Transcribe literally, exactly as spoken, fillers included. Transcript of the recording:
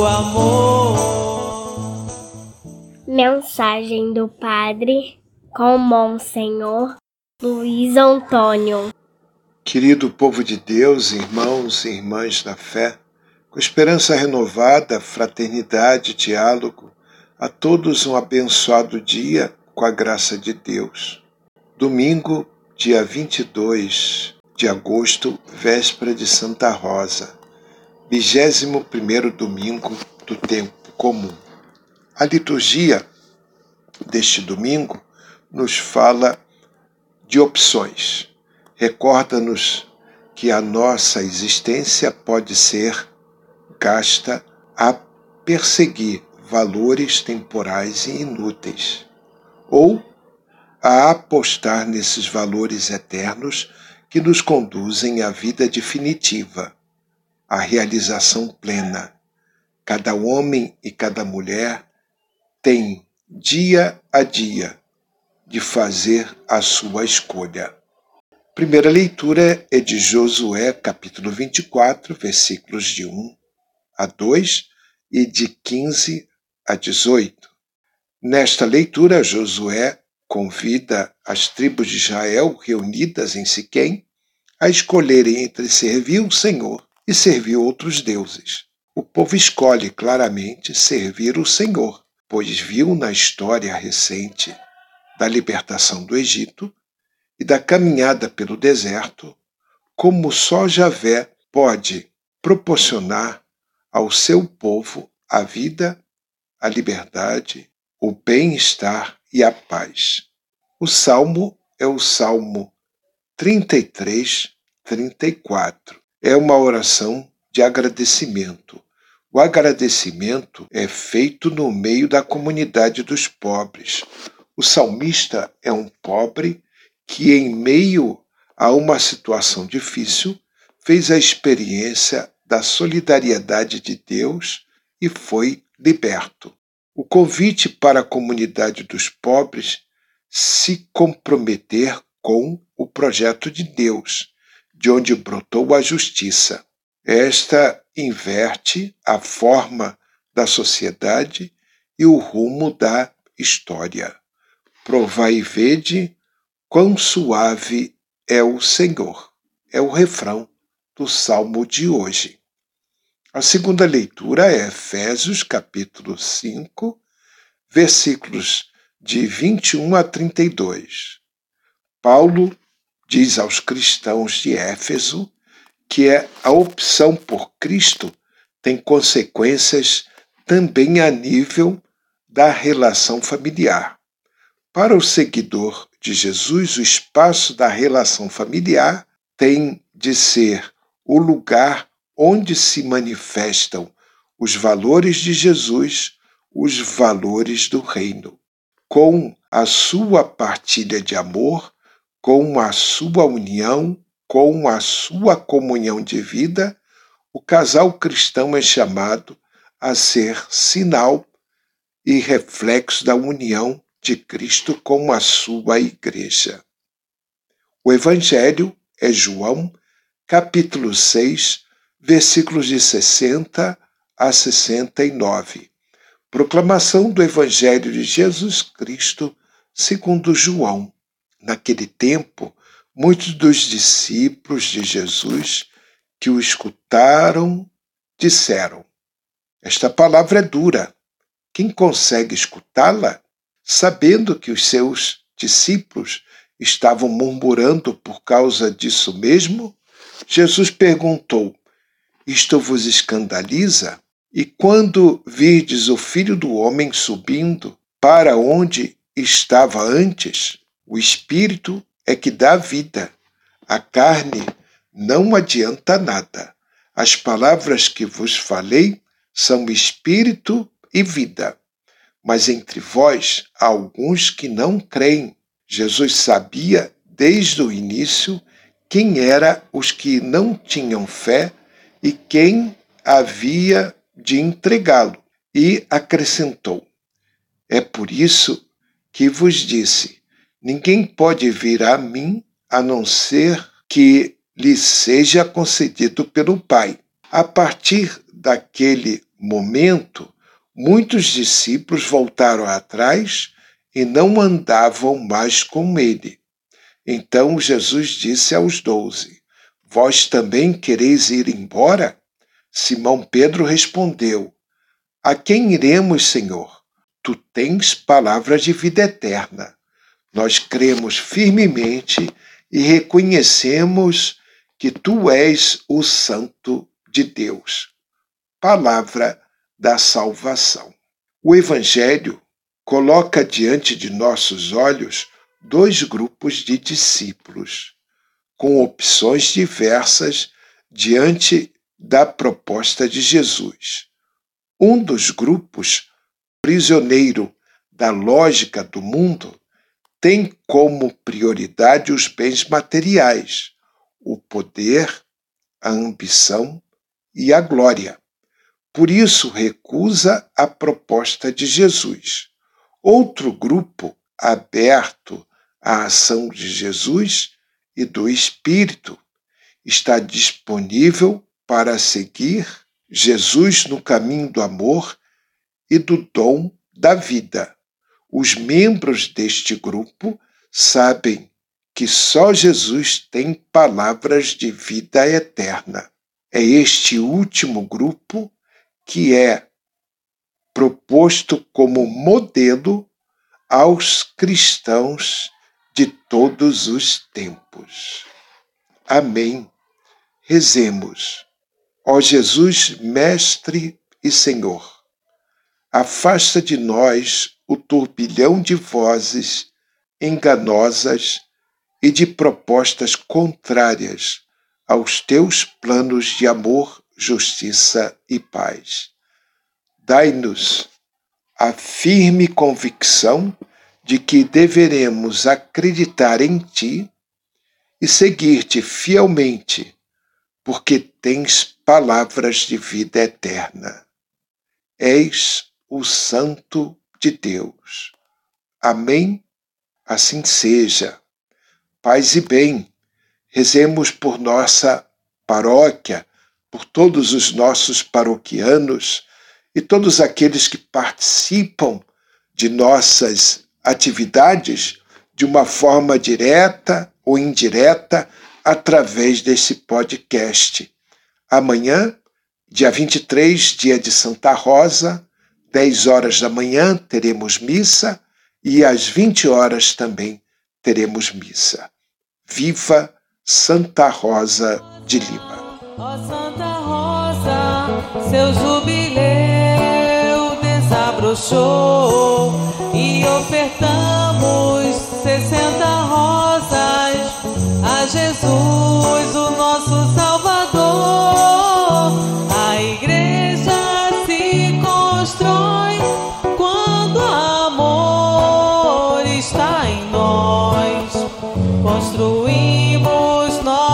do amor. Mensagem do Padre com Monsenhor Luiz Antônio. Querido povo de Deus, irmãos e irmãs na fé, com esperança renovada, fraternidade, diálogo, a todos um abençoado dia com a graça de Deus. Domingo, dia vinte e dois de agosto, véspera de Santa Rosa, vigésimo primeiro domingo do tempo comum. A liturgia deste domingo nos fala de opções. Recorda-nos que a nossa existência pode ser gasta a perseguir valores temporais e inúteis, ou a apostar nesses valores eternos que nos conduzem à vida definitiva, à realização plena. Cada homem e cada mulher tem dia a dia de fazer a sua escolha. Primeira leitura é de Josué, capítulo vinte e quatro, versículos de um a dois e de quinze a dezoito. Nesta leitura, Josué convida as tribos de Israel reunidas em Siquém a escolherem entre servir o Senhor e servir outros deuses. O povo escolhe claramente servir o Senhor, pois viu na história recente da libertação do Egito e da caminhada pelo deserto como só Javé pode proporcionar ao seu povo a vida, a liberdade, o bem-estar e a paz. O salmo é o Salmo trinta e três, trinta e quatro. É uma oração de agradecimento. O agradecimento é feito no meio da comunidade dos pobres. O salmista é um pobre que, em meio a uma situação difícil, fez a experiência da solidariedade de Deus e foi liberto. O convite para a comunidade dos pobres se comprometer com o projeto de Deus, de onde brotou a justiça. Esta inverte a forma da sociedade e o rumo da história. Provai e vede quão suave é o Senhor. É o refrão do salmo de hoje. A segunda leitura é Efésios, capítulo cinco, versículos de vinte e um a trinta e dois. Paulo diz aos cristãos de Éfeso que a opção por Cristo tem consequências também a nível da relação familiar. Para o seguidor de Jesus, o espaço da relação familiar tem de ser o lugar onde se manifestam os valores de Jesus, os valores do reino. Com a sua partilha de amor, com a sua união, com a sua comunhão de vida, o casal cristão é chamado a ser sinal e reflexo da união de Cristo com a sua igreja. O Evangelho é João, capítulo seis, versículos de sessenta a sessenta e nove. Proclamação do Evangelho de Jesus Cristo segundo João. Naquele tempo, muitos dos discípulos de Jesus que o escutaram disseram: esta palavra é dura. Quem consegue escutá-la? Sabendo que os seus discípulos estavam murmurando por causa disso mesmo, Jesus perguntou: isto vos escandaliza? E quando virdes o Filho do Homem subindo para onde estava antes, o Espírito é que dá vida, a carne não adianta nada. As palavras que vos falei são Espírito e vida. Mas entre vós há alguns que não creem. Jesus sabia desde o início quem eram os que não tinham fé e quem havia de entregá-lo, e acrescentou: é por isso que vos disse, ninguém pode vir a mim a não ser que lhe seja concedido pelo Pai. A partir daquele momento, muitos discípulos voltaram atrás e não andavam mais com ele. Então Jesus disse aos doze: Vós também quereis ir embora? Simão Pedro respondeu: A quem iremos, Senhor? Tu tens palavras de vida eterna. Nós cremos firmemente e reconhecemos que Tu és o Santo de Deus. Palavra da salvação. O Evangelho coloca diante de nossos olhos dois grupos de discípulos, com opções diversas diante da proposta de Jesus. Um dos grupos, prisioneiro da lógica do mundo, tem como prioridade os bens materiais, o poder, a ambição e a glória. Por isso recusa a proposta de Jesus. Outro grupo, aberto à ação de Jesus e do Espírito, está disponível para seguir Jesus no caminho do amor e do dom da vida. Os membros deste grupo sabem que só Jesus tem palavras de vida eterna. É este último grupo que é proposto como modelo aos cristãos de todos os tempos. Amém. Rezemos. Ó Jesus, Mestre e Senhor, afasta de nós o turbilhão de vozes enganosas e de propostas contrárias aos teus planos de amor, justiça e paz. Dai-nos a firme convicção de que deveremos acreditar em Ti e seguir-te fielmente, porque tens palavras de vida eterna. És o Santo de Deus. Amém? Assim seja. Paz e bem. Rezemos por nossa paróquia, por todos os nossos paroquianos e todos aqueles que participam de nossas atividades de uma forma direta ou indireta através desse podcast. Amanhã, dia vinte e três, dia de Santa Rosa, dez horas da manhã teremos missa e às vinte horas também teremos missa. Viva Santa Rosa de Lima. Ó Santa Rosa, seu jubileu desabrochou e ofertamos sessenta rosas a Jesus, o nosso Salvador. A igreja se constrói quando amor está em nós. Construímos nós